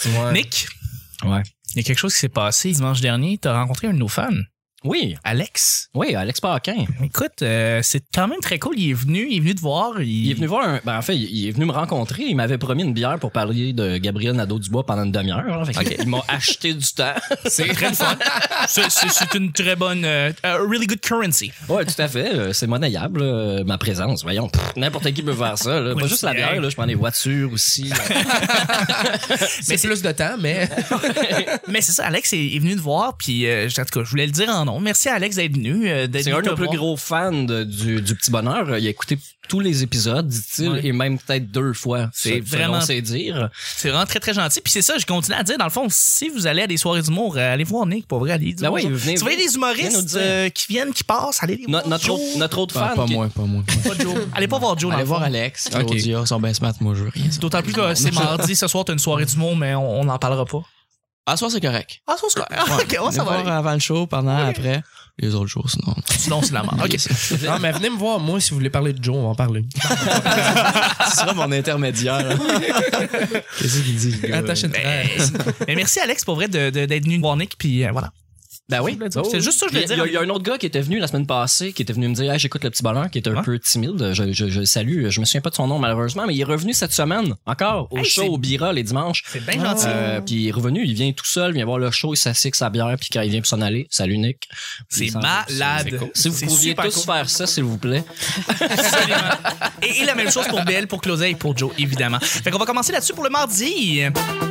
Ouais. Nick, Ouais. il y a quelque chose qui s'est passé dimanche dernier. T'as rencontré un de nos fans, Oui. Alex. Oui, Alex Paquin. Écoute, c'est quand même très cool. Il est venu te voir. Il est venu voir en fait, il est venu me rencontrer. Il m'avait promis une bière pour parler de Gabriel Nadeau-Dubois pendant une demi-heure. Hein. Fait que il m'a acheté du temps. C'est très le fun. C'est une très bonne, really good currency. Ouais, tout à fait. C'est monnayable, ma présence. Voyons, n'importe qui peut faire ça. Là. Pas juste la bière, là, je prends des voitures aussi. C'est plus de temps, mais... Mais c'est ça, Alex est venu te voir, puis en tout cas, je voulais le dire en nom. Merci Alex d'être venu. C'est un de nos plus gros fans du Petit Bonheur. Il a écouté tous les épisodes, dit-il, et même peut-être 2 fois. C'est vraiment... c'est dire. C'est vraiment très, très gentil. Puis c'est ça, je continue à dire, dans le fond, si vous allez à des soirées d'humour, allez voir Nick, pour vrai, allez. Ben oui, venez, tu vois des humoristes qui viennent, qui passent, allez les voir. Notre autre fan. Pas moi. Pas Joe. Allez pas voir Joe. Allez voir Alex, Claudia, ils sont bien smart, moi je veux rien. D'autant plus que c'est mardi, ce soir, t'as une soirée d'humour, mais on n'en parlera pas. À soir, c'est correct. Ah, ça, c'est correct. Ok, Venez ça va. voir avant le show, pendant, après. Les autres jours, sinon. Sinon, c'est la merde. Ok. Non, mais venez me voir, moi, si vous voulez parler de Joe, on va en parler. Ce sera mon intermédiaire. Qu'est-ce qu'il dit, le gars? Attache une presse. Mais merci Alex pour vrai d'être venu voir Nick, puis voilà. Ben oui. C'est juste ça que je voulais dire. Il y a un autre gars qui était venu la semaine passée, qui était venu me dire, hey, j'écoute le Petit Bonheur, qui est un peu timide. Je le salue. Je me souviens pas de son nom, malheureusement, mais il est revenu cette semaine, encore, au show au Bira les dimanches. C'est bien gentil. Puis il est revenu, il vient tout seul, il vient voir le show, il s'assied avec sa bière, puis quand il vient pour s'en aller, salut Nick. C'est malade. C'est cool. Si vous C'est pouviez super tous cool. faire ça, s'il vous plaît. Absolument. Et la même chose pour Belle, pour Claudia et pour Joe, évidemment. Fait qu'on va commencer là-dessus pour le mardi.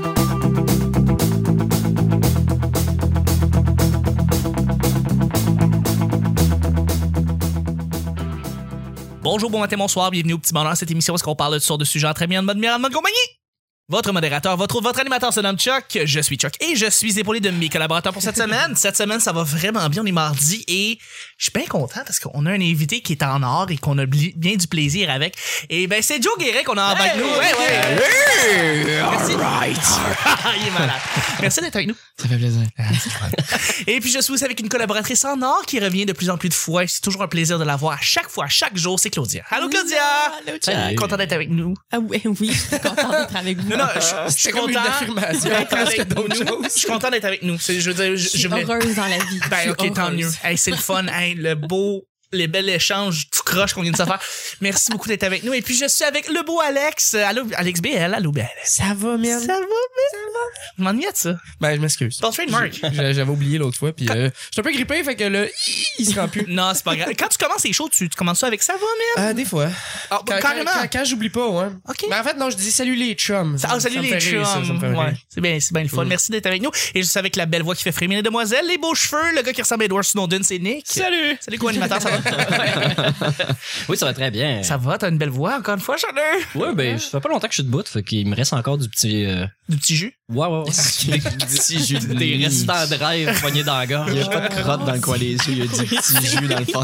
Bonjour, bon matin, bonsoir, bienvenue au Petit Bonheur, cette émission où est-ce qu'on parle de toutes sortes de sujets très bien, de bonne compagnie. Votre modérateur, votre animateur se nomme Chuck, je suis Chuck et je suis épaulé de mes collaborateurs pour cette semaine. Cette semaine, ça va vraiment bien, on est mardi et je suis bien content parce qu'on a un invité qui est en or et qu'on a bien du plaisir avec. Et ben c'est Joe Guéret qu'on a avec nous. Ouais. Merci. Il est malade. Merci d'être avec nous. Ça fait plaisir. Et puis je suis aussi avec une collaboratrice en or qui revient de plus en plus de fois. C'est toujours un plaisir de la voir à chaque fois, chaque jour, c'est Claudia. Allô Claudia! Allô, Chuck. Content d'être avec nous. Ah oui, je suis contente d'être avec vous. Non, je suis comme une content affirmation, d'être presque avec d'autres nous. choses. Je suis content d'être avec nous. Je veux dire, Je suis voulais- heureuse dans la vie. Je Ben suis ok, tant heureuse. mieux. Hey, c'est le fun, hey, les belles échanges, tout croche qu'on vient de se faire. Merci beaucoup d'être avec nous. Et puis je suis avec le beau Alex. Allô, Alex BL. Allô BL. Ça va, man? Ça va, mais je m'ennuie de ça. Ben, je m'excuse. Ton trademark. J'avais oublié l'autre fois, puis je suis un peu grippé, fait que là, il se rend plus. Non, c'est pas grave. Quand tu commences les shows, tu commences ça avec ça va, man? Des fois. Ah, carrément. Quand j'oublie pas, ouais. Ok. Mais en fait, non, je dis salut les chums. Salut Ça me les fait rire, ça me chums. fait rire. Ouais, c'est bien le fun. Merci d'être avec nous. Et je suis avec la belle voix qui fait frémir les demoiselles, les beaux cheveux, le gars qui ressemble à Edward Snowden, c'est Nick. Salut co-animateur, ça va? Oui, ça va très bien. Ça va, t'as une belle voix, encore une fois, Chaneux. Ouais, ben, ça fait pas longtemps que je suis debout, fait qu'il me reste encore du petit, Du petit jus. ouais. Petit jus de Des lit. restants de rêve poignés dans la gorge. Il y a pas de crotte dans le coin des yeux, il y a du petit jus dans le fond.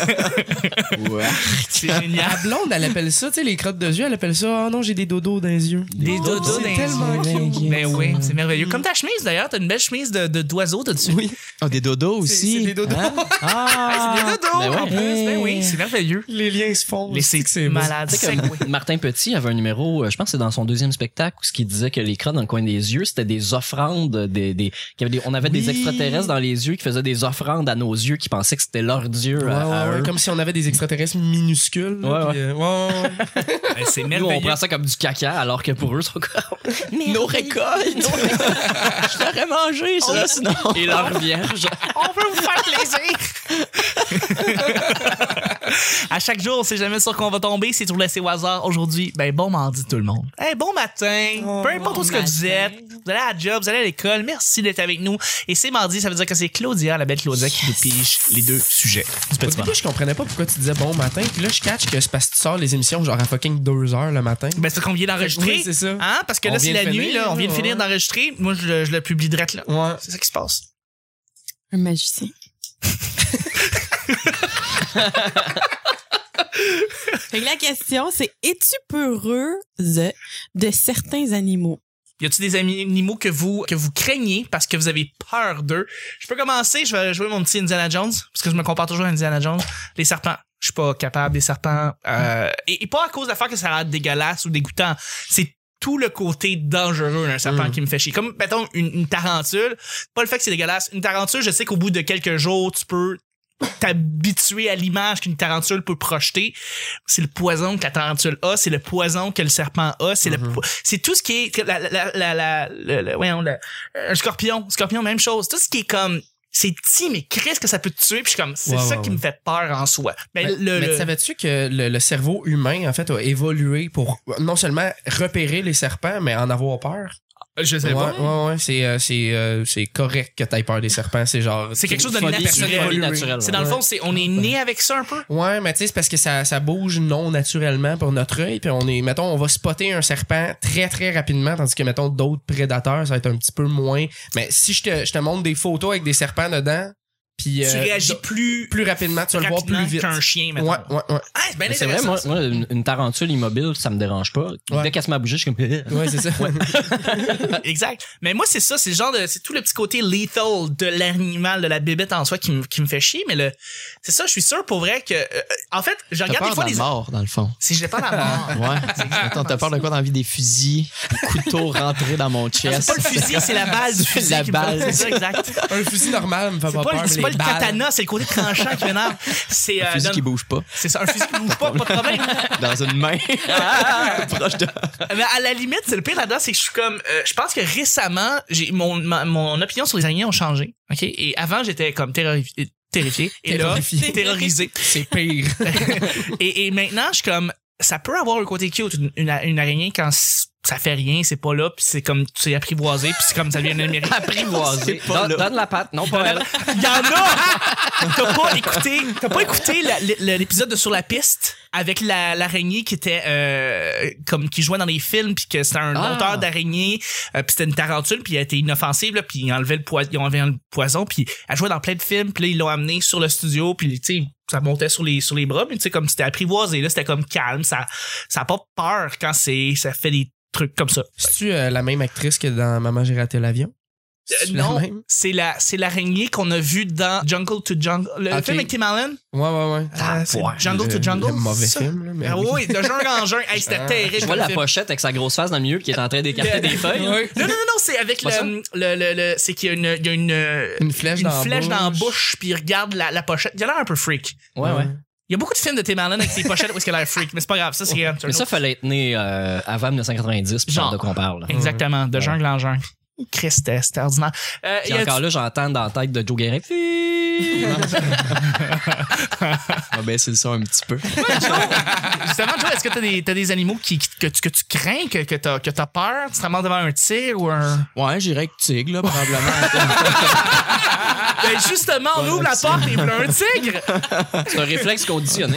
Ouais. C'est Ma génial. blonde, elle appelle ça, tu sais, les crottes de yeux, elle appelle ça, oh non, j'ai des dodos dans les yeux. Des dodos C'est dans les tellement yeux. cute. Ben oui, c'est merveilleux. Comme ta chemise d'ailleurs, t'as une belle chemise d'oiseau dessus. Oui. Oh, des dodos aussi. C'est des dodos. Hein? Ah! C'est des dodos Ben ouais. en plus. Ben oui, c'est merveilleux. Les liens se font. Mais c'est malade. Tu sais que Martin Petit avait un numéro, je pense que c'est dans son 2e spectacle, où ce qui disait que les crottes dans le coin des yeux, c'était des offrandes, on avait des extraterrestres dans les yeux qui faisaient des offrandes à nos yeux, qui pensaient que c'était leur dieu à eux. Comme si on avait des extraterrestres minuscules. là, Ouais, puis, ouais. Ben, c'est Nous, on merveilleux. prend ça comme du caca, alors que pour eux, c'est encore Nos récoltes! Je l'aurais mangé, ça, sinon. et leur vierge. On veut vous faire plaisir. À chaque jour, on sait jamais sur quoi on va tomber. C'est toujours laissé au hasard. Aujourd'hui, ben bon mardi tout le monde. Hey, bon matin. Peu importe où ce que vous êtes. Vous allez à la job, vous allez à l'école. Merci d'être avec nous. Et c'est mardi, ça veut dire que c'est Claudia, la belle Claudia, qui nous pige les 2 sujets du Au petit début, bonheur. je comprenais pas pourquoi tu disais bon matin. Puis là, je catch que c'est parce que tu sors les émissions genre à fucking 2h le matin. Ben, c'est qu'on vient d'enregistrer. Oui, c'est ça. Hein? Parce que On là, c'est vient la de nuit, finir, là. On vient de ouais. finir d'enregistrer. Moi, je le publie direct là. Ouais. C'est ça qui se passe. Un magicien. Fait que la question, c'est es-tu peureuse de certains animaux? Y a-tu des animaux que vous craignez parce que vous avez peur d'eux? Je peux commencer, je vais jouer mon petit Indiana Jones, parce que je me compare toujours à Indiana Jones. Les serpents. Je suis pas capable des serpents. Et pas à cause de la faire que ça a l'air dégueulasse ou dégoûtant. C'est tout le côté dangereux d'un serpent qui me fait chier. Comme, mettons, une tarentule. Pas le fait que c'est dégueulasse. Une tarentule, je sais qu'au bout de quelques jours, tu peux t'habituer à l'image qu'une tarentule peut projeter. C'est le poison que la tarentule a, c'est le poison que le serpent a, c'est tout ce qui est un scorpion, même chose. Tout ce qui est comme c'est petit, mais qu'est-ce que ça peut te tuer? Puis je suis comme, c'est ça qui me fait peur en soi. Mais savais-tu que le cerveau humain, en fait, a évolué pour non seulement repérer les serpents, mais en avoir peur? Je sais pas. Ouais, c'est correct que t'aies peur des serpents. C'est genre. C'est quelque chose de naturel. C'est dans le fond, on est né avec ça un peu. Ouais, mais tu sais, c'est parce que ça bouge non naturellement pour notre œil. Puis on va spotter un serpent très, très rapidement, tandis que, mettons, d'autres prédateurs, ça va être un petit peu moins. Mais si je te montre des photos avec des serpents dedans, puis tu réagis plus rapidement, tu vas le voir plus vite qu'un chien, maintenant. Ouais. Ah, c'est bien c'est vrai, moi, une tarentule immobile, ça me dérange pas. Dès qu'elle se met à bouger, je suis comme... Ouais, c'est ça. Exact. Mais moi, c'est ça, c'est le genre de, c'est tout le petit côté lethal de l'animal, de la bébête en soi qui me fait chier, mais c'est ça, je suis sûr pour vrai que, en fait, je regarde des fois les mort, dans le fond. Si j'ai pas la mort. Ouais. Attends, t'as peur de quoi dans la vie? Des fusils, des couteaux rentrés dans mon chest. C'est pas le fusil, c'est la balle du fusil. La balle. C'est ça, exact. Un fusil normal me fait pas peur. C'est pas le katana, c'est le côté tranchant qui m'énerve. C'est un fusil qui bouge pas. C'est ça, un fusil qui bouge pas de problème. Dans une main. Proche de... Mais à la limite, c'est le pire là-dedans, c'est que je suis comme, je pense que récemment, mon opinion sur les araignées ont changé. Ok, et avant j'étais comme terrifié. Et là, terrorisé. C'est pire. et maintenant, je suis comme, ça peut avoir un côté cute, une araignée, quand ça fait rien, c'est pas là, puis c'est comme, tu sais, apprivoisé, puis c'est comme, ça devient un numérique. Apprivoisé. Donne la patte, non pas elle. Il y en a! T'as pas écouté l'épisode de Sur la piste avec l'araignée qui était comme qui jouait dans les films, puis que c'était un auteur d'araignée, puis c'était une tarentule, puis elle était inoffensive, là, puis ils ont enlevé le poison, puis elle jouait dans plein de films, puis là ils l'ont amené sur le studio, puis tu sais, ça montait sur les bras, mais tu sais, comme c'était apprivoisé, là, c'était comme calme, ça a pas peur quand ça fait des trucs comme ça. C'est-tu la même actrice que dans Maman, j'ai raté l'avion? Non, c'est l'araignée qu'on a vue dans Jungle to Jungle. Le film avec Tim Allen? Ouais. Jungle to Jungle. Le mauvais film, là. Mais oui, de jungle en jungle. Hey, c'était terrible. Je vois la pochette avec sa grosse face dans le milieu qui est en train d'écarter des feuilles. Non, c'est avec c'est qu'il y a une flèche dans la bouche, puis il regarde la pochette. Il a l'air un peu freak. Ouais. Il y a beaucoup de films de Tim Allen avec ses pochettes où il a l'air freak, mais c'est pas grave, ça c'est mais ça fallait être né avant 1990 pour genre de qu'on parle. Exactement, de jungle en jungle. Christ, c'était ordinaire. Puis encore là, j'entends dans la tête de Joe Guérin. Ben, c'est le son un petit peu. Justement, Joe, est-ce que t'as des animaux que tu crains, que t'as peur? Tu te ramasses devant un tigre ou un... Ouais, j'irais avec tigre, là, probablement. Ben, justement, on ouvre la porte et il y a un tigre! C'est un réflexe conditionné.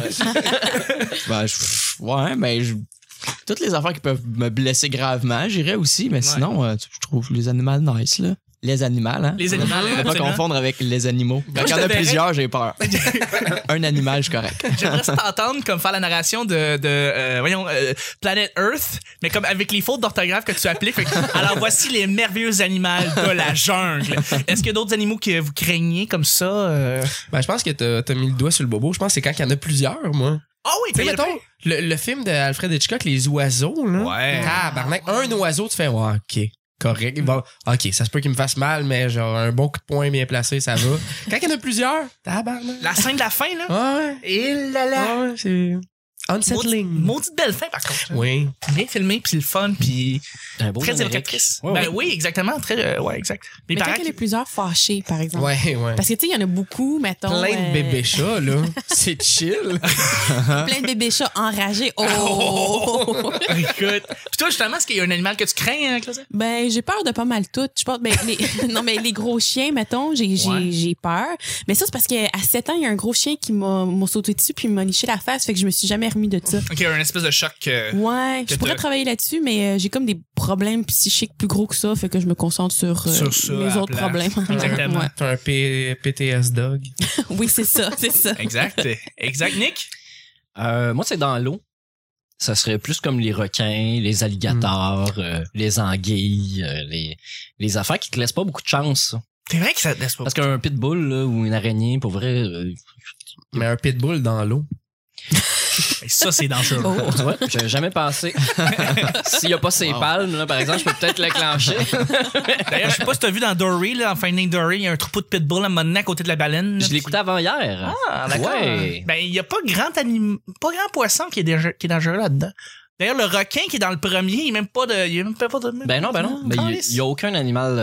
Ben, toutes les affaires qui peuvent me blesser gravement, j'irais aussi, mais sinon, je trouve les animaux nice, là. Les animaux, hein? Les animaux. Ne pas confondre avec les animaux. Quand il y en a plusieurs, j'ai peur. Un animal, je suis correct. J'aimerais ça t'entendre comme faire la narration de Planet Earth, mais comme avec les fautes d'orthographe que tu appliques. Alors voici les merveilleux animaux de la jungle. Est-ce qu'il y a d'autres animaux que vous craignez comme ça? Ben, je pense que t'as mis le doigt sur le bobo. Je pense que c'est quand il y en a plusieurs, moi. Ah oui, tu sais, mettons, le film d'Alfred Hitchcock, Les oiseaux, là. Ouais. Tabarnak, un oiseau, tu fais, ouais, ok. Correct. Bon, ok, ça se peut qu'il me fasse mal, mais genre un bon coup de poing bien placé, ça va. Quand il y en a plusieurs, tabarnak. La scène de la fin, là. Ouais. Et là là. Ouais, c'est unsettling. Maudite belle fin, par contre. Oui. Bien filmé, puis le fun, puis un beau très générique. évocatrice. Ouais, ben oui, exactement. Très, ouais, exact. Mais quand il y en a plusieurs fâchés, par exemple. Ouais. Parce que tu sais, il y en a beaucoup, mettons. Plein de bébés chats, là. C'est chill. Plein de bébés chats enragés. Oh! Écoute. Puis toi, justement, est-ce qu'il y a un animal que tu crains, Claudia? Ben, j'ai peur de pas mal tout. Je pense, non, mais les gros chiens, mettons, j'ai peur. Mais ça, c'est parce qu'à 7 ans, il y a un gros chien qui m'a sauté dessus puis m'a niché la face, fait que je me suis jamais remis de ça. Ok, un espèce de choc. Ouais, je pourrais travailler là-dessus, mais j'ai comme des problèmes psychiques plus gros que ça, fait que je me concentre sur ça, mes autres problèmes. Exactement. Ouais. T'as un PTS dog. Oui, c'est ça. Exact, Nick? Moi, c'est dans l'eau. Ça serait plus comme les requins, les alligators, les anguilles, les affaires qui te laissent pas beaucoup de chance. C'est vrai que ça te laisse pas. Parce qu'un pitbull là, ou une araignée, pour vrai... Mais un pitbull dans l'eau. Et ça, c'est dangereux. Oh. Tu vois, j'avais jamais pensé. S'il y a pas ces palmes, là, par exemple, je peux peut-être l'éclencher. D'ailleurs, je sais pas si t'as vu dans Dory, là, en Finding Dory, il y a un troupeau de pitbull à un moment donné à côté de la baleine. Je l'ai écouté avant hier. Ah, d'accord. Ouais. Ben, il y a pas grand poisson qui est dangereux là-dedans. D'ailleurs, le requin qui est dans le premier, il est même pas de... Ben non. Ben, il y a aucun animal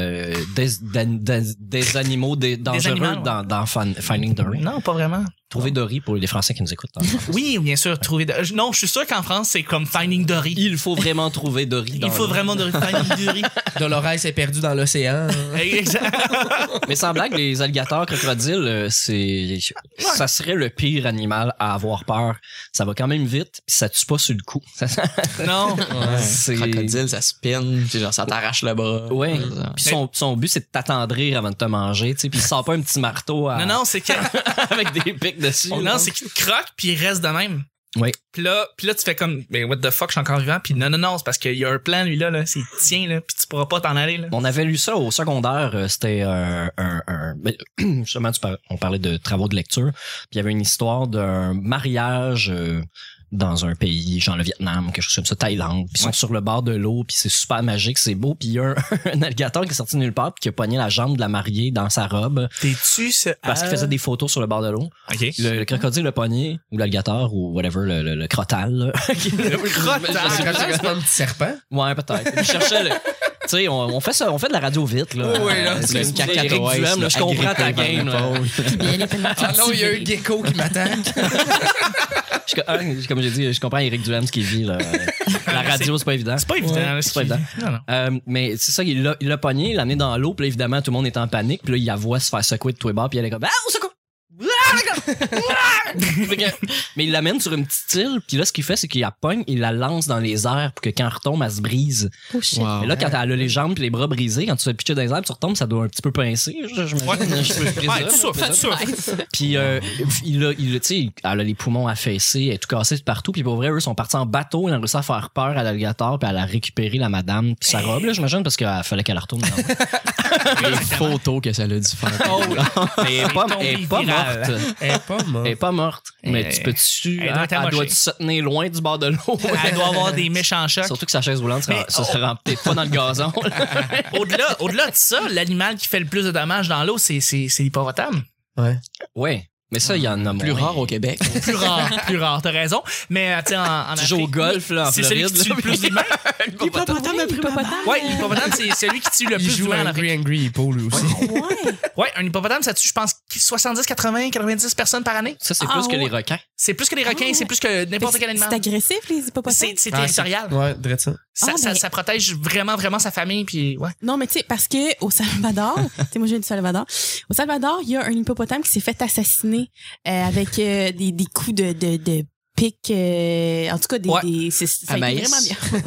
des animaux dangereux animaux, dans Finding Dory. Non, pas vraiment. Trouver Dory pour les Français qui nous écoutent. Oui, bien sûr, Non, je suis sûr qu'en France, c'est comme Finding Dory. Il faut vraiment trouver Dory. Il faut vraiment Finding Dory. Dolores est perdu dans l'océan. Exact. Mais sans blague, les alligators, crocodiles, ça serait le pire animal à avoir peur. Ça va quand même vite, pis ça tue pas sur le coup. Non. C'est... Crocodile, ça spinne, genre ça t'arrache le bras. Ouais. Puis son but, c'est de t'attendrir avant de te manger, tu sais. Puis il sort pas un petit marteau Non, c'est que... avec des pics dessus. Non, c'est qu'il te croque puis il reste de même. Oui. Puis là, tu fais comme, ben, what the fuck, je suis encore vivant. Puis non, c'est parce qu'il y a un plan, lui, là, c'est tien, là, puis tu pourras pas t'en aller, là. On avait lu ça au secondaire, c'était justement, on parlait de travaux de lecture, puis il y avait une histoire d'un mariage dans un pays, genre le Vietnam, quelque chose comme ça, Thaïlande, puis ils sont sur le bord de l'eau, puis c'est super magique, c'est beau, puis il y a un alligator qui est sorti de nulle part, puis qui a pogné la jambe de la mariée dans sa robe. T'es-tu ce... Parce qu'il faisait des photos sur le bord de l'eau. OK. Le crocodile l'a pogné, ou l'alligator, ou whatever, le crotal. Là. Le crotal. C'est pas un petit serpent. Ouais, peut-être. Je cherchais le... Tu sais, on fait ça, on fait de la radio vite, là. Oui, là. C'est une Éric cacatoès, Duhem, là. Je comprends ta game, là. Ah non, il y a un gecko qui m'attaque. Comme j'ai dit, je comprends Éric Duhem, ce qu'il vit, là. La radio, c'est pas évident. C'est pas évident. Ouais, c'est pas évident. Non. Mais c'est ça, il l'a pogné, il l'a amené dans l'eau, puis là, évidemment, tout le monde est en panique, puis là, il la voit se faire secouer de tous les bords, puis elle est comme, ah, on secoue! Mais il l'amène sur une petite île, puis là, ce qu'il fait, c'est qu'il la pogne, il la lance dans les airs pour que quand elle retombe, elle se brise. Oh shit. Wow. Et là, quand elle a les jambes puis les bras brisés, quand tu fais pitcher dans les airs, tu retombes, ça doit un petit peu pincer. Ouais, tout ça, faites ça. Puis tu sais, elle a les poumons affaissés, elle est tout cassée de partout. Puis pour vrai, eux sont partis en bateau, ils ont réussi à faire peur à l'alligator, puis elle a récupéré la madame puis sa robe, là, j'imagine, parce qu'il fallait qu'elle la retourne dans Les photos que ça a dû faire. Elle est pas morte. Elle est pas morte. Elle est pas morte. Mais tu peux-tu... Elle doit se tenir loin du bord de l'eau. Elle doit avoir des méchants chocs. Surtout que sa chaise roulante se rend peut-être pas dans le gazon. Au-delà de ça, l'animal qui fait le plus de dommages dans l'eau, c'est l'hippopotame. Ouais. Ouais. Mais ça, il y en a Plus moins. rare au Québec. Plus rare, t'as raison. Mais, tu sais, en Tu joues au golf, là, en c'est celui Floride. qui tue le plus d'humains. L'hippopotame. Ouais, l'hippopotame, c'est celui qui tue le Il plus joue d'humains en un Afrique. Angry Hippo, lui aussi. Ouais. Ouais, un hippopotame, ça tue, je pense, 70, 80, 90 personnes par année. Ça, c'est Ah, plus que les ouais. requins. C'est plus que les requins, c'est plus que n'importe quel animal. C'est agressif, les hippopotames? C'est territorial. Ouais, dirais ça. Ça protège vraiment sa famille, puis ouais. Non, mais tu sais, parce que au Salvador, tu sais, moi, je viens du Salvador. Au Salvador, il y a un hippopotame qui s'est fait assassiner avec des coups de pic, en tout cas, ça a été maïs. vraiment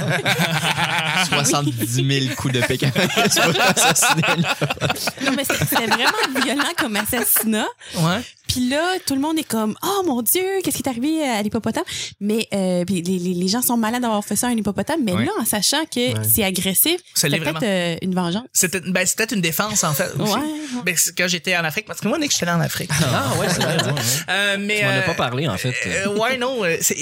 bien. 70 000 coups de pic à maïs pour assassiner un hippopotame. Non, mais c'était vraiment violent comme assassinat. Ouais. Puis là, tout le monde est comme, oh mon Dieu, qu'est-ce qui est arrivé à l'hippopotame? Mais puis les gens sont malades d'avoir fait ça à un hippopotame. Mais Ouais. là, en sachant que c'est agressif, Ça c'est l'est peut-être une vengeance. C'était peut-être une défense, en fait. Aussi. Ouais. Ben, c'est quand j'étais en Afrique, parce que moi, Nick, j'étais allé en Afrique. Ah ouais, c'est vrai. Mais, Tu m'en as pas parlé, en fait. ouais, non,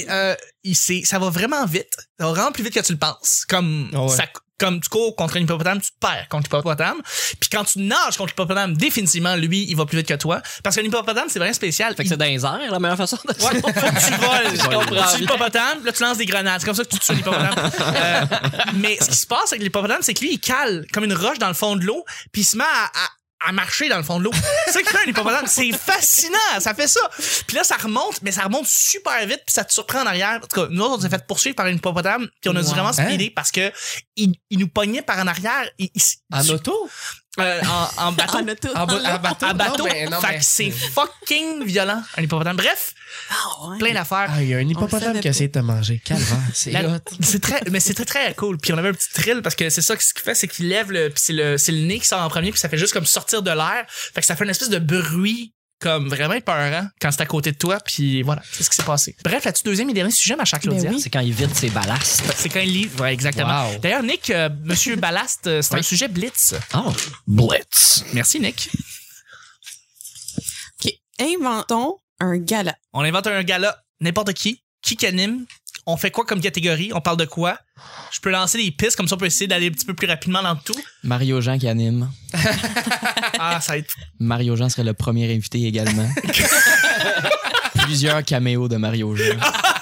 ça va vraiment vite. Ça va vraiment plus vite que tu le penses. Comme, Ah ouais. comme tu cours contre un hippopotame, tu te perds contre l'hippopotame. Puis quand tu nages contre l'hippopotame, définitivement, lui, il va plus vite que toi. Parce qu'un hippopotame, c'est vraiment spécial. Fait que c'est dans les airs, la meilleure façon de Ouais, faut que tu voles. Je comprends. Tu tues l'hippopotame, là, tu lances des grenades. C'est comme ça que tu tues l'hippopotame. Mais ce qui se passe avec l'hippopotame, c'est que lui, il cale comme une roche dans le fond de l'eau, puis il se met à marcher dans le fond de l'eau. C'est ça qui fait un hippopotame. C'est fascinant, ça fait ça. Puis là, ça remonte, mais ça remonte super vite, puis ça te surprend en arrière. En tout cas, nous autres, on s'est fait poursuivre par un hippopotame, puis on a dû vraiment speeder parce que il nous pognait par en arrière. En auto? En bateau. En auto. En bateau? En bateau. Non, ben, non, Fait mais- que c'est fucking violent, un hippopotame. Bref, Ah, ouais. plein d'affaires. Ah, il y a un On le hippopotame savait qui essaie de te manger. Calvaire, c'est La- hot. c'est très cool. Puis on avait un petit thrill parce que c'est ça ce qu'il fait, c'est qu'il lève puis c'est le nez qui sort en premier, puis ça fait juste comme sortir de l'air. Fait que ça fait une espèce de bruit comme vraiment épeurant quand c'est à côté de toi, puis voilà, c'est ce qui s'est passé. Bref, là-dessus, deuxième et dernier sujet, ma chère Claudia. Ben oui. C'est quand il vide ses ballasts. C'est quand il lit. Ouais, exactement. Wow. D'ailleurs, Nick, Monsieur Ballast, c'est un sujet blitz. Oh, Blitz. Merci, Nick. OK. Inventons un gala. On invente un gala. n'importe qui anime. On fait quoi comme catégorie? On parle de quoi? Je peux lancer des pistes, comme ça on peut essayer d'aller un petit peu plus rapidement dans le tout. Mario Jean qui anime. Ah, ça va être... Mario Jean serait le premier invité également. Plusieurs caméos de Mario Jean.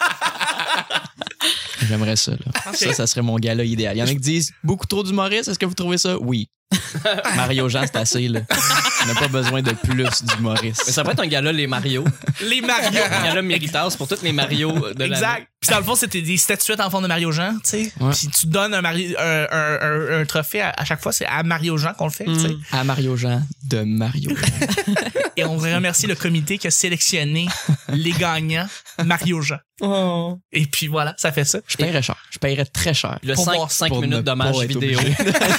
J'aimerais ça, là. Okay. Ça serait mon gala idéal. Il y en a qui disent beaucoup trop d'humoristes. Est-ce que vous trouvez ça? Oui. Mario Jean, c'est assez, là. On n'a pas besoin de plus d'humoristes. Mais ça pourrait être un gala les Mario. Les Mario. Un gala Méritas pour tous les Mario de l'année. Exact. Puis dans le fond, c'était des statuettes en forme de Mario Jean, tu sais. Ouais. Puis tu donnes un trophée à chaque fois, c'est à Mario Jean qu'on le fait, tu sais. À Mario Jean de Mario Jean. Et on remercie le comité qui a sélectionné les gagnants Mario Jean. Oh. Et puis voilà, ça fait ça. Je paierais cher. Je paierais très cher. Le Pour 5, voir- 5 pour minutes ne d'hommage pas être vidéo. obligé.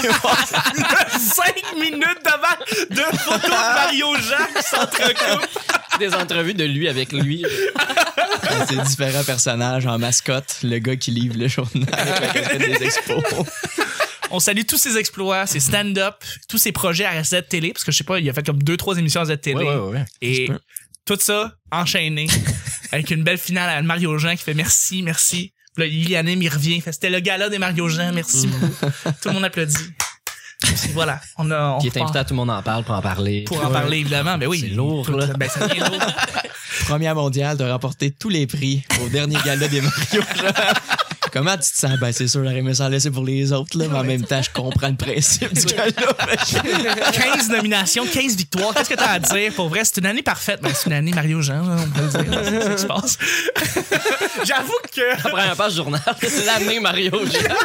5 minutes de photos de Mario Jean qui s'entrecoupent. Des entrevues de lui avec lui. C'est différents personnages en mascotte. Le gars qui livre le journal avec des expos. On salue tous ses exploits, ses stand-up, tous ses projets à Z Télé, parce que je sais pas, il a fait comme 2-3 émissions à Z Télé. Ouais. Et tout ça enchaîné avec une belle finale à Mario Jean qui fait merci. Puis là, il anime, il revient. Fait, c'était le gala des Mario Jean, merci beaucoup. Tout le monde applaudit. Puis voilà, on Qui est invité part à Tout le monde en parle pour en parler. pour en parler évidemment, mais oui. C'est lourd, là. Ben, ça devient lourd. Première mondiale de remporter tous les prix au dernier gala des Mario Jean. Comment tu te sens? Ben, c'est sûr, j'aurais aimé s'en laisser pour les autres, là, mais en même temps, je comprends le principe du gala. 15 nominations, 15 victoires. Qu'est-ce que t'as à dire? Pour vrai, c'est une année parfaite. Ben, c'est une année Mario Jean, là, on peut le dire. C'est ça qui se passe. J'avoue que... La première page du journal, l'année Mario Jean.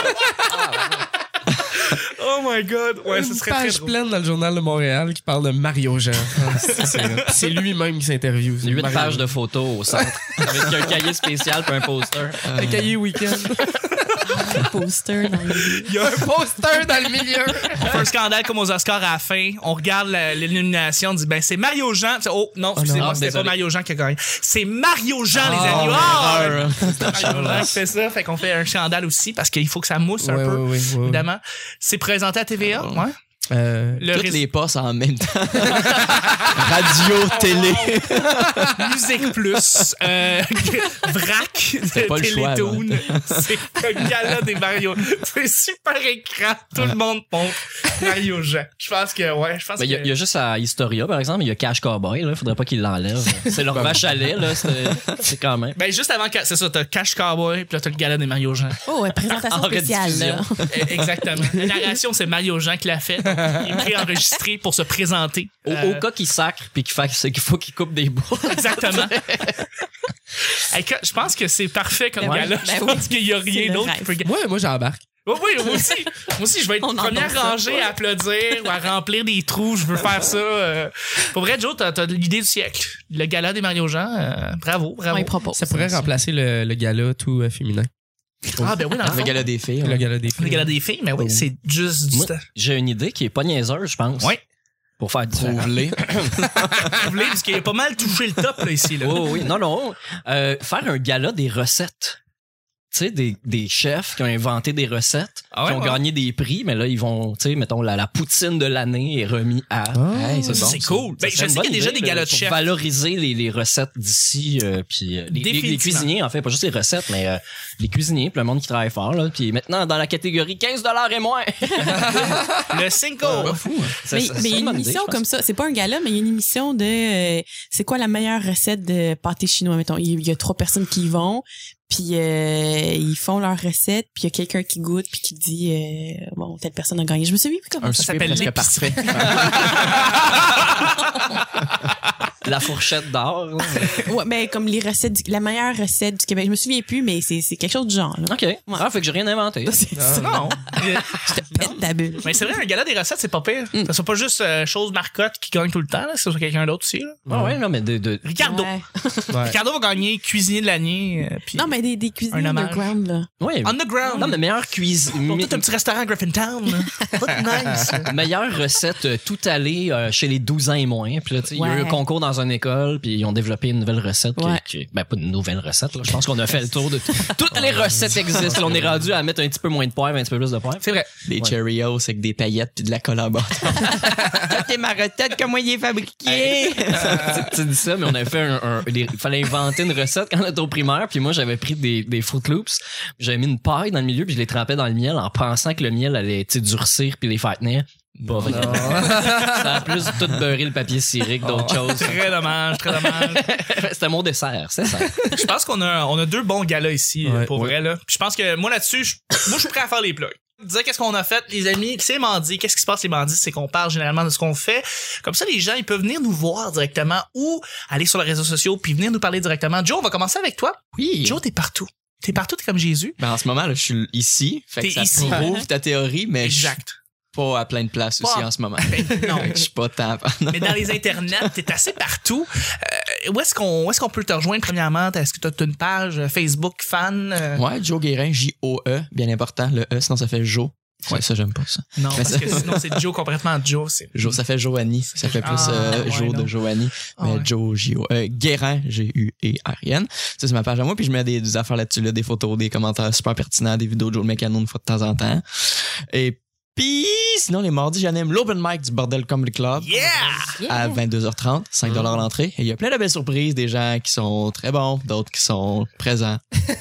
Oh my God. Ouais, ce Une serait très page drôle. pleine dans le journal de Montréal qui parle de Mario Jean. Ah, c'est lui-même qui s'interviewe. 8 Mario. pages de photos au centre. Avec un cahier spécial puis un poster. Le cahier week-end. Un poster dans le... Il y a un Poster dans le milieu. On fait un scandale comme aux Oscars à la fin. On regarde l'élimination, on dit ben c'est Mario Jean. Puis, oh non, excusez-moi, non, c'était pas désolé. Mario Jean qui a gagné. C'est Mario Jean, les amis. erreur. Mario Jean qui fait ça. Fait qu'on fait un scandale aussi parce qu'il faut que ça mousse un peu, Ouais. évidemment. C'est présenté à TVA, ouais. Le Toutes rés- les postes en même temps. Radio, télé. Musique Plus, Vrac, pas le choix, Télétoon. C'est le gala des Mario. C'est super écran. Tout le monde pompe Mario Jean. Je pense que, ouais, je pense Ben, que... il y a juste à Historia, par exemple, il y a Cash Cowboy, là. Faudrait pas qu'il l'enlève. C'est leur vache à lait, là. C'est quand même. Ben, juste avant que, c'est ça, t'as Cash Cowboy, puis là, t'as le gala des Mario Jean. Oh, ouais, présentation En spéciale, là. Exactement. La narration, c'est Mario Jean qui l'a fait. Il est préenregistré pour se présenter. Au cas qu'il sacre puis qu'il faut qu'il coupe des bouts. Exactement. Hey, je pense que c'est parfait comme Ben gala. oui, Je ben pense oui. qu'il y a C'est rien le d'autre rêve. qui peut... Moi, j'embarque. Oui, moi aussi. Moi aussi, je vais être On première entend ça. rangée à applaudir ou à remplir des trous. Je veux faire ça. Pour vrai, Joe, t'as l'idée du siècle. Le gala des Mario Jean, bravo. On y propose. Ça pourrait remplacer le gala tout féminin. Ah, ben oui, dans le Le fond. gala des filles. Le gala des Le filles. gala des filles, mais oui, c'est juste du Moi, temps. j'ai une idée qui est pas niaiseuse, je pense. Oui. Pour faire différent. Prouve-les. Vous voulez, parce qu'il a pas mal touché le top, là, ici, là. Oui. Non. Faire un gala des recettes. Tu sais, des chefs qui ont inventé des recettes, Ah ouais, qui ont ouais. gagné des prix, mais là, ils vont, tu sais, mettons, la poutine de l'année est remis à... Hey, Ça, c'est bon, c'est ça. cool. Ben, je serait sais une qu'il y a bonne déjà idée, des galas là, de pour chefs. valoriser les recettes d'ici, puis les Définitivement. cuisiniers, en fait, pas juste les recettes, mais les cuisiniers, puis le monde qui travaille fort, là. Puis maintenant, dans la catégorie 15$ et moins. Le Cinco. Ça, Mais ça, il c'est y a une bonne idée, émission je pense. comme ça. C'est pas un gala, mais il y a une émission de c'est quoi la meilleure recette de pâté chinois, mettons. Il y a 3 personnes qui y vont, puis ils font leur recette, puis il y a quelqu'un qui goûte, puis qui dit bon, telle personne a gagné. Je me souviens plus comment Un ça souper s'appelle presque l'épicerie. parfait. La fourchette d'or. là. Ouais, mais comme les recettes la meilleure recette du Québec. Je me souviens plus, mais c'est quelque chose du genre, là. OK. Ah, fait que j'ai rien inventé. C'est Non. pète ta bulle. Mais c'est vrai, un gala des recettes, c'est pas pire. Ça soit pas juste chose marcotte qui gagne tout le temps, là, que ce soit quelqu'un d'autre aussi. Là. Ah ouais, non, mais de Ricardo. Ouais. Ricardo va gagner cuisinier de l'année. Puis Non, mais des cuisiniers Un hommage. underground, là. ouais. Underground. Non, mais meilleure cuisine. Pour tout un petit restaurant à Griffintown. What nice. Meilleure recette tout allée chez les 12 ans et moins. Puis là, tu sais, il y a eu Ouais. un concours dans dans une école, puis ils ont développé une nouvelle recette. Ouais. Ben, pas une nouvelle recette, là. Je pense qu'on a fait le tour de tout. Toutes les recettes existent. Là, on est rendu à mettre un petit peu moins de poivre, un petit peu plus de poivre. C'est vrai. Des Cheerios avec des paillettes puis de la colle en bâton. C'est ma recette, comment il est fabriqué? Tu dis ça, mais on avait fait il fallait inventer une recette quand on était au primaire, puis moi j'avais pris des Fruit Loops, j'avais mis une paille dans le milieu, puis je les trempais dans le miel en pensant que le miel allait durcir puis les faire tenir. Pas vrai. Ça a plus tout beurré le papier ciré que d'autres choses. Très dommage, très dommage. C'était mon dessert, c'est ça. Je pense qu'on a deux bons galas ici, pour vrai, là. Puis je pense que moi, là-dessus, je suis prêt à faire les plugs. Dire qu'est-ce qu'on a fait, les amis, c'est mardi. Qu'est-ce qui se passe les mardis? C'est qu'on parle généralement de ce qu'on fait. Comme ça, les gens, ils peuvent venir nous voir directement ou aller sur les réseaux sociaux puis venir nous parler directement. Joe, on va commencer avec toi. Oui. Joe, t'es partout. T'es partout, t'es comme Jésus. Ben, en ce moment, là, je suis ici. Fait que T'es ça ici. prouve ta théorie, mais Exact. je suis pas à plein de places aussi Pas- en ce moment. Non. Fait que je suis pas tant. Mais dans les internets, t'es assez partout. Où est-ce qu'on peut te rejoindre premièrement? Est-ce que t'as une page Facebook fan? Ouais, Joe Guérin, J-O-E, bien important. Le E, sinon ça fait Jo. Ouais, ça, j'aime pas ça. Non, Mais parce ça- que sinon c'est Joe complètement Joe. Jo, ça fait Joanie. Ça fait plus ouais, Jo non. de Joanie. Ah, Mais ouais. Joe, J-O-E. Guérin, G-U-E-R-I-N. Ça, c'est ma page à moi. Puis je mets des affaires là-dessus, là, des photos, des commentaires super pertinents, des vidéos de Joe le Mécano une fois de temps en temps. Et puis, sinon, les mardis, j'anime l'Open Mic du Bordel Comedy Club. Yeah! À 22h30, 5$ l'entrée. Et il y a plein de belles surprises, des gens qui sont très bons, d'autres qui sont présents.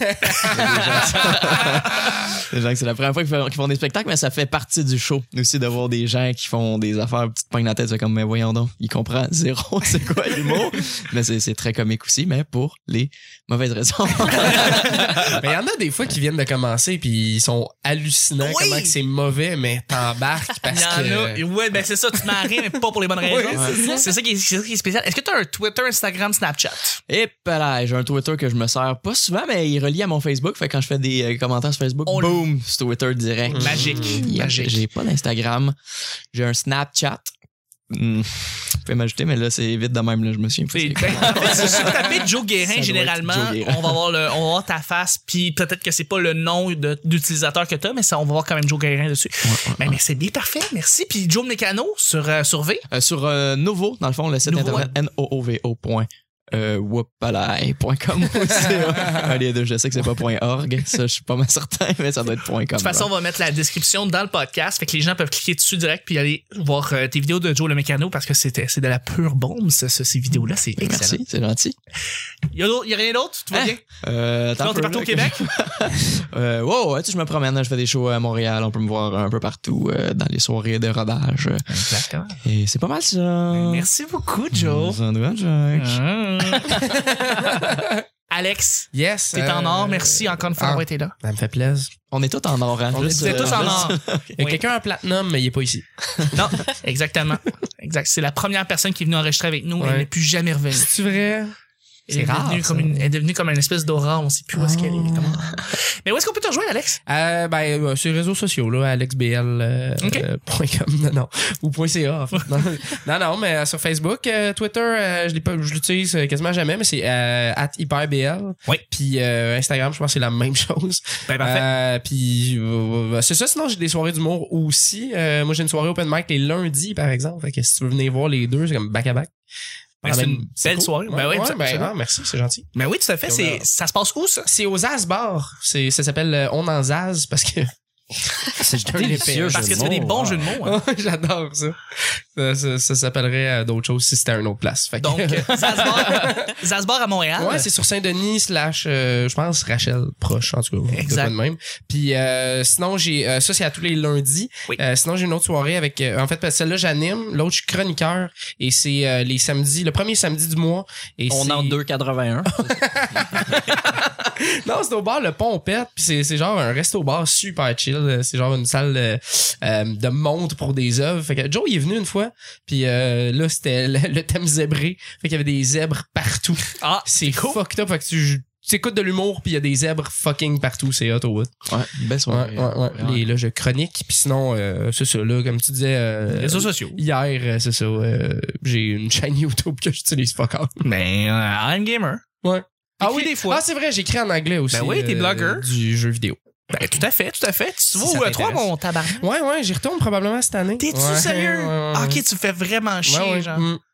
Des gens que c'est la première fois qu'ils font des spectacles, mais ça fait partie du show aussi de voir des gens qui font des affaires petites pognes dans la tête. C'est comme, mais voyons donc, il comprend zéro c'est quoi l'humour. Mais c'est très comique aussi, mais pour les mauvaises raisons. Mais il y en a des fois qui viennent de commencer puis ils sont hallucinants Oui! comment que c'est mauvais, mais t'embarques parce Il y en a. que... Ouais, ben c'est ça, tu m'as rien, mais pas pour les bonnes raisons. Ouais, c'est ça qui est spécial. Est-ce que tu as un Twitter, Instagram, Snapchat? Et là, j'ai un Twitter que je me sers pas souvent, mais il est relié à mon Facebook. Fait que quand je fais des commentaires sur Facebook, On- boum, c'est Twitter direct. Magique. Yeah, Magique. J'ai pas d'Instagram. J'ai un Snapchat. Vous pouvez m'ajouter, mais là, c'est vite de même, là, je me souviens pas. C'est, en fait, si tu tapes Joe Ça Guérin, doit généralement, être Joe Guérin. on va voir ta face, puis peut-être que c'est pas le nom d'utilisateur que t'as, mais ça, on va voir quand même Joe Guérin dessus. Mais c'est bien parfait, merci. Puis Joe Mécano sur V. Sur Novo, dans le fond, le site Nouveau, internet noovo.whoopalai.com aussi. Un des deux, je sais que c'est pas .org, ça je suis pas mal certain, mais ça doit être .com. De toute façon, on va mettre la description dans le podcast, fait que les gens peuvent cliquer dessus direct puis aller voir tes vidéos de Joe le Mécano parce que c'est de la pure bombe, ces vidéos-là, c'est excellent. Merci, c'est gentil. Y a rien d'autre? Tout va Hein? bien? Attends Sinon, t'es un peu, partout au là, Québec? wow, ouais, tu sais, je me promène, là, je fais des shows à Montréal, on peut me voir un peu partout dans les soirées de rodage. Exactement. Et c'est pas mal ça. Merci beaucoup, Joe. Sandwich, Jack. Alex, Yes. t'es en or. Merci encore une fois d'avoir été là. Ça me fait plaisir. On est tous en or, hein. On Juste, Vous êtes tous en or. Il y a Oui. quelqu'un en platinum, mais il est pas ici. Non, exactement. Exact. C'est la première personne qui est venue enregistrer avec nous. Ouais. Elle n'est plus jamais revenue. C'est vrai? Elle est rare, devenue ça. comme elle est devenue comme une espèce d'aura. On sait plus où est-ce qu'elle est. Mais où est-ce qu'on peut te rejoindre, Alex? Sur les réseaux sociaux, là, alexbl.com, non, ou .ca, en fait. Non, mais sur Facebook, Twitter, je l'utilise quasiment jamais, mais c'est @hyperbl. Oui. Puis Instagram, je pense que c'est la même chose. Ben, parfait. Puis c'est ça, sinon j'ai des soirées d'humour aussi. Moi j'ai une soirée open mic les lundis, par exemple. Fait que si tu veux venir voir les deux, c'est comme back à back. Ben, c'est une belle soirée. Ben oui, absolument. merci, c'est gentil. Ben oui, tout à fait. Ça se passe où, ça? C'est aux Zaz Bar. Ça s'appelle On en Zaz parce que C'est délicieux, Parce que tu fais des bons jeux de mots. Hein. j'adore ça. Ça s'appellerait d'autres choses si c'était une autre place. Fait que- Donc, Zasbar à Montréal. ouais, c'est sur Saint-Denis / je pense Rachel proche en tout cas. Exact. De même. Puis sinon j'ai ça c'est à tous les lundis. Oui. Sinon j'ai une autre soirée avec en fait celle-là j'anime, l'autre je suis chroniqueur et c'est les samedis, le premier samedi du mois et On c'est est en 2,81. Non, c'est au bar Le Pompette, puis c'est genre un resto-bar super chill. C'est genre une salle de montre pour des œuvres. Fait que Joe, il est venu une fois, puis là, c'était le thème zébré. Fait qu'il y avait des zèbres partout. Ah, C'est cool. fucked up. Fait que tu écoutes de l'humour, puis il y a des zèbres fucking partout. C'est hot au bout. Ouais, belle soirée. Ouais. Là, je chronique, puis sinon, c'est ça, là, comme tu disais... Réseaux sociaux. Hier, c'est ça, j'ai une chaîne YouTube que j'utilise fuck all. Ben, I'm gamer. Ouais. T'écris des fois. Ah, c'est vrai, j'écris en anglais aussi. Ben oui, t'es blogueur. Du jeu vidéo. Ben, tout à fait. Tu Ça vas où, toi, t'intéresse. mon tabarnak? Ouais, j'y retourne probablement cette année. T'es-tu Ouais, sérieux? ouais. Ah, ok, tu fais vraiment chier, Ouais. genre.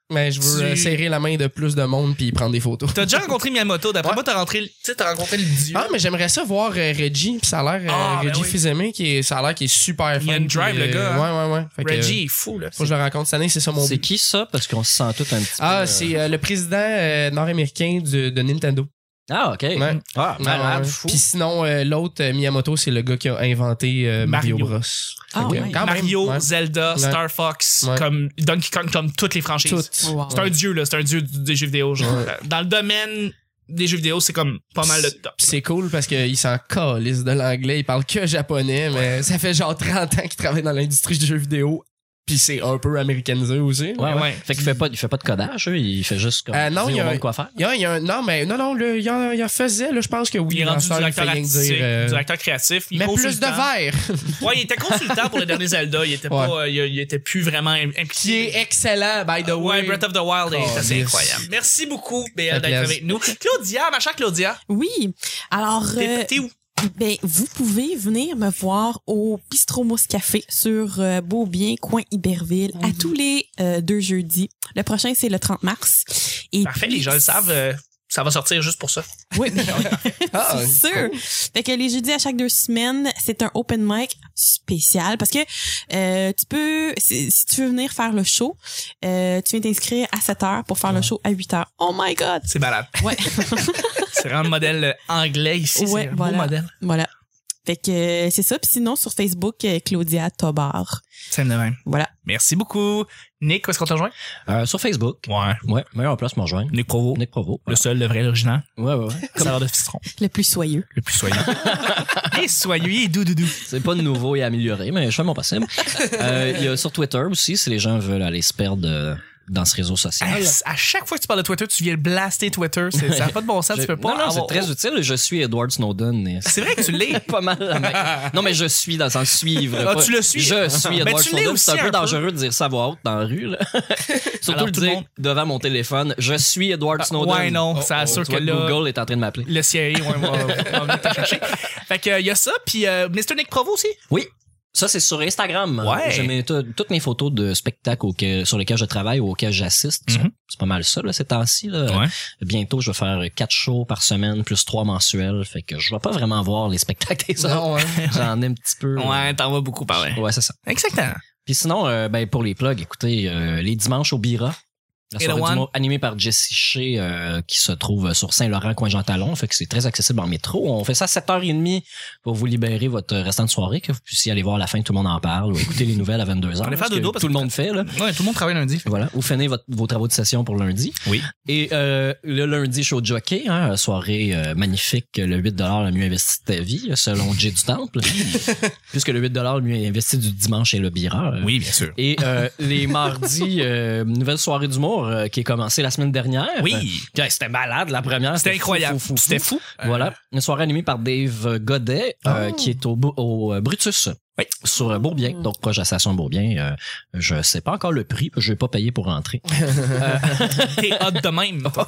Mais je veux serrer la main de plus de monde puis prendre des photos. T'as déjà rencontré Miyamoto. D'après moi, t'as rencontré le dieu. Ah, mais j'aimerais ça voir Reggie. Puis ça a l'air Reggie Fils-Aimé ça a l'air qu'il est super fin. Il a une drive, le gars. Ouais. Fait Reggie est fou, là. Faut que je le rencontre cette année, c'est ça mon C'est but. qui ça? Parce qu'on se sent tout un petit peu... Ah, c'est le président nord-américain de Nintendo. Ah, OK. Ouais. Ah, malade, Ouais. fou. Puis sinon, l'autre, Miyamoto, c'est le gars qui a inventé Mario Bros. Ah, Fait que, ouais. quand même, Mario, ouais. Zelda, Ouais. Star Fox, Ouais. comme Donkey Kong, comme toutes les franchises. Toutes. Wow. C'est un dieu, là. C'est un dieu des jeux vidéo. Genre. Ouais. Dans le domaine des jeux vidéo, c'est comme pas mal le top. Puis c'est cool parce qu'il s'en calisse de l'anglais. Il parle que japonais, mais ça fait genre 30 ans qu'il travaille dans l'industrie du jeu vidéo. Puis c'est un peu américanisé aussi. Ouais. Fait qu'il fait pas de codage, il fait juste comme non, dire il y a au monde quoi faire. Il y a un, non, là, il en faisait, là, je pense que oui. Il est rendu Vincent, directeur fait rien artistique, dire, directeur créatif. Il mais plus de consultant. verre. Ouais, il était consultant pour le dernier Zelda. Il était pas, il était plus vraiment impliqué. Qui est excellent, by the way. Ouais, Breath of the Wild est assez yes. incroyable. Merci beaucoup, BL, Ça d'être plaise. avec nous. Claudia, ma chère Claudia, Oui. Alors, t'es où? ben, vous pouvez venir me voir au Bistro Mousse Café sur Beaubien, coin Iberville, à tous les 2 jeudis. Le prochain, c'est le 30 mars. Et Parfait, puis, les gens le savent. Ça va sortir juste pour ça. Oui, Ah, c'est sûr. Fait que les jeudis à chaque 2 semaines, c'est un open mic spécial parce que tu peux, si tu veux venir faire le show, tu viens t'inscrire à 7h pour faire le show à 8h. Oh my God! C'est malade. Ouais. C'est vraiment le modèle anglais ici. Ouais, c'est un voilà. beau modèle. Voilà. Fait que c'est ça. Puis sinon, sur Facebook, Claudia Tobar. C'est de même. Voilà. Merci beaucoup. Nick, où est-ce qu'on te rejoint? Sur Facebook. Ouais. Ouais, meilleure place pour me rejoindre. Nick Provo. Nick Provo. Le seul, le vrai, l'original. Ouais. Saveur de citron. Le plus soyeux. Le plus soyeux. Il est soyeux, il est doudou. C'est pas de nouveau et amélioré, mais je fais mon possible. Il y a sur Twitter aussi, si les gens veulent aller se perdre dans ce réseau social. À chaque fois que tu parles de Twitter, tu viens blaster Twitter. Ça n'a pas de bon sens. Tu peux pas Non, c'est avoir- très utile. Je suis Edward Snowden. Et C'est vrai que tu l'es. pas mal. Non, mais je suis dans le sens suivre. Ah, pas- tu le suis? Je suis Mais Edward tu l'es Snowden. aussi C'est un un peu peu. dangereux de dire ça à voix haute dans la rue. Là. Surtout Alors, le tout le dire monde- devant mon téléphone. Je suis Edward Snowden. Ouais, non, ça assure Tu que vois là, Google est en train de m'appeler. le CIA va venir te chercher. Fait que, il y a ça, puis Mr. Nick Provo aussi. Oui. Ça, c'est sur Instagram. Ouais. Je mets toutes mes photos de spectacles sur lesquels je travaille ou auxquels j'assiste. Mhm. C'est pas mal ça, là, ces temps-ci. Là. Ouais. Bientôt, je vais faire 4 shows par semaine, plus 3 mensuels. Fait que je vais pas vraiment voir les spectacles des autres. Non, hein. J'en ai un petit peu. Ouais, t'en vas beaucoup parler. Ouais, c'est ça. Exactement. Puis sinon, ben, pour les plugs, écoutez, les dimanches au Bira. La Et soirée le one. d'humour animée par Jessie Shea, qui se trouve sur Saint-Laurent, coin Jean-Talon. Fait que c'est très accessible en métro. On fait ça à 7h30 pour vous libérer votre restant de soirée, que vous puissiez aller voir à la fin, tout le monde en parle, ou écouter les nouvelles à 22h. On va faire ce que dodo parce tout le que- monde fait, là. Ouais, tout le monde travaille lundi. Voilà. Ou finissez vos travaux de session pour lundi. Oui. Et le lundi, show de jockey, hein, soirée magnifique, le 8$ le mieux investi de ta vie, selon Jay du Temple. Puisque le 8$ le mieux investi du dimanche est le Bira. Oui, bien sûr. Et les mardis, nouvelle soirée d'humour qui est commencée la semaine dernière. Oui. Puis, c'était malade la première. C'était incroyable. fou. C'était fou. Voilà. Une soirée animée par Dave Godet, qui est au Brutus. Oui. Sur Beaubien, donc proche de la station Beaubien. Je sais pas encore le prix, parce que je vais pas payer pour rentrer. T'es hot de même. toi.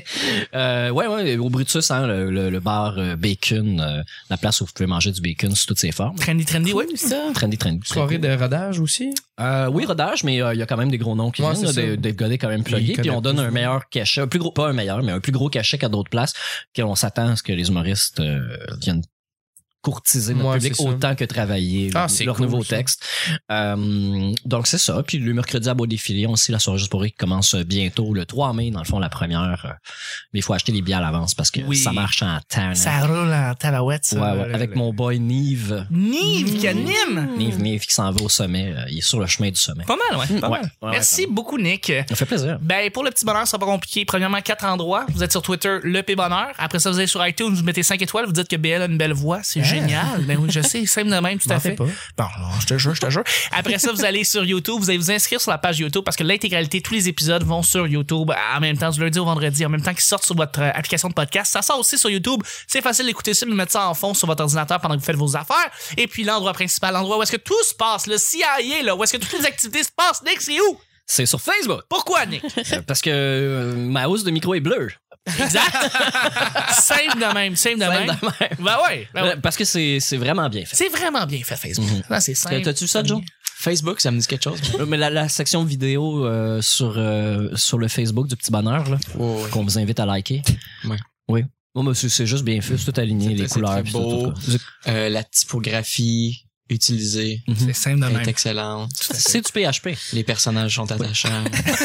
Ouais, au Brutus, hein, le bar bacon, la place où vous pouvez manger du bacon sous toutes ses formes. Trendy, ouais. Cool, ça. Trendy. Soirée de rodage aussi. Oui, rodage, mais il y a quand même des gros noms qui Ouais, viennent. c'est Là, ça. Dave Godet quand même Il plugué. Puis connaît on donne plus, un meilleur cachet, un plus gros, pas un meilleur, mais un plus gros cachet qu'à d'autres places. Qu'on s'attend à ce que les humoristes viennent courtiser notre Ouais, public c'est ça. autant que travailler Ah, c'est leur cool, nouveau ça. texte. Donc c'est ça. Puis le mercredi à Beau Défilé, on sait la soirée juste pour rire qui commence bientôt, le 3 mai, dans le fond, la première. Mais il faut acheter les billets à l'avance parce que Oui. ça marche en temps. là. Ça roule en tabarouette, ça. Ouais, avec mon boy Nive. Nive qui anime. Nive qui s'en va au sommet. Il est sur le chemin du sommet. Pas mal, ouais. Pas Ouais. mal. Ouais, Merci beaucoup, Nick. Ça fait plaisir. Ben, pour le petit bonheur, ça sera pas compliqué. Premièrement, 4 endroits. Vous êtes sur Twitter, le P Bonheur. Après ça, vous allez sur iTunes, vous mettez 5 étoiles, vous dites que BL a une belle voix. C'est génial. Ben oui, je sais, simple de même, tout à M'en fait. fais pas. Bon, je te jure. Après ça, vous allez sur YouTube, vous allez vous inscrire sur la page YouTube parce que l'intégralité, tous les épisodes vont sur YouTube en même temps, du lundi au vendredi, en même temps qu'ils sortent sur votre application de podcast. Ça sort aussi sur YouTube. C'est facile d'écouter ça, de mettre ça en fond sur votre ordinateur pendant que vous faites vos affaires. Et puis l'endroit principal, l'endroit où est-ce que tout se passe, le CIA, là, où est-ce que toutes les activités se passent, Nick, c'est où? C'est sur Facebook. Pourquoi, Nick? Parce que ma housse de micro est bleue. Exact. Simple de même. Ben ouais. Parce que c'est vraiment bien fait. C'est vraiment bien fait, Facebook. Là, c'est simple. T'as-tu vu ça, Joe? Facebook, ça me dit quelque chose. Mais la section vidéo sur le Facebook du Petit Bonheur, là, qu'on vous invite à liker. Ouais. Oui. Bon, mais c'est juste bien fait, c'est tout aligné, les couleurs. C'est puis beau. tout, La typographie utilisée C'est simple de est même. excellente. c'est du PHP. Les personnages sont attachants.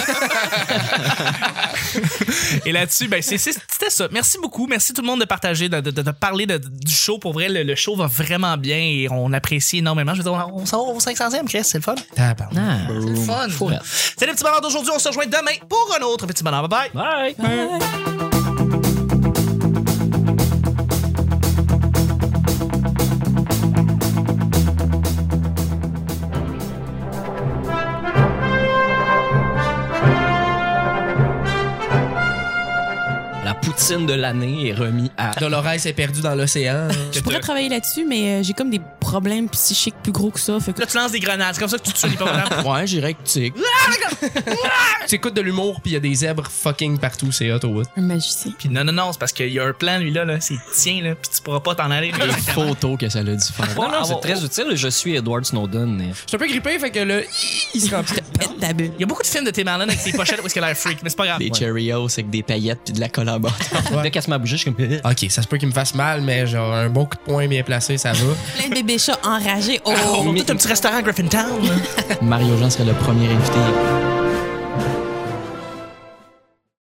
Et là-dessus, ben, c'était ça. Merci beaucoup. Merci tout le monde de partager, de parler du show. Pour vrai, le show va vraiment bien et on apprécie énormément. Je veux dire, on s'en va au 500e, Chris. C'est le fun. Ah, C'est le fun. C'est le petit bonheur d'aujourd'hui. On se rejoint demain pour un autre petit bonheur. Bye bye. Bye! Poutine de l'année est remis à... Dolores est perdu dans l'océan. Je pourrais travailler là-dessus, mais j'ai comme des problèmes psychiques plus gros que ça. Fait que... Là, tu lances des grenades. C'est comme ça que tu tues les problèmes. Ouais, j'irais avec Tic. Tu écoutes de l'humour puis il y a des zèbres fucking partout, c'est hot au bout. Un magicien. Puis non, c'est parce qu'il y a un plan, lui, là, c'est tien, là, puis tu pourras pas t'en aller. Les photos que ça l'a dû faire. Non, c'est très utile. Je suis Edward Snowden. Je suis un peu grippé, fait que là, il se remplit. Pète ta bulle. Il y a beaucoup de films de Tim Allen avec ses pochettes où est-ce qu'elle a l'air freak, mais c'est pas grave. Des Cheerios avec des paillettes puis de la colle en bas. Dès qu'elle se met à bouger, je suis comme... Ok, ça se peut qu'il me fasse mal, mais genre un bon coup de poing bien placé, ça va. Plein de bébés chats enragés. Oh, tout un petit restaurant à Griffintown. Mario Jean serait le premier invité.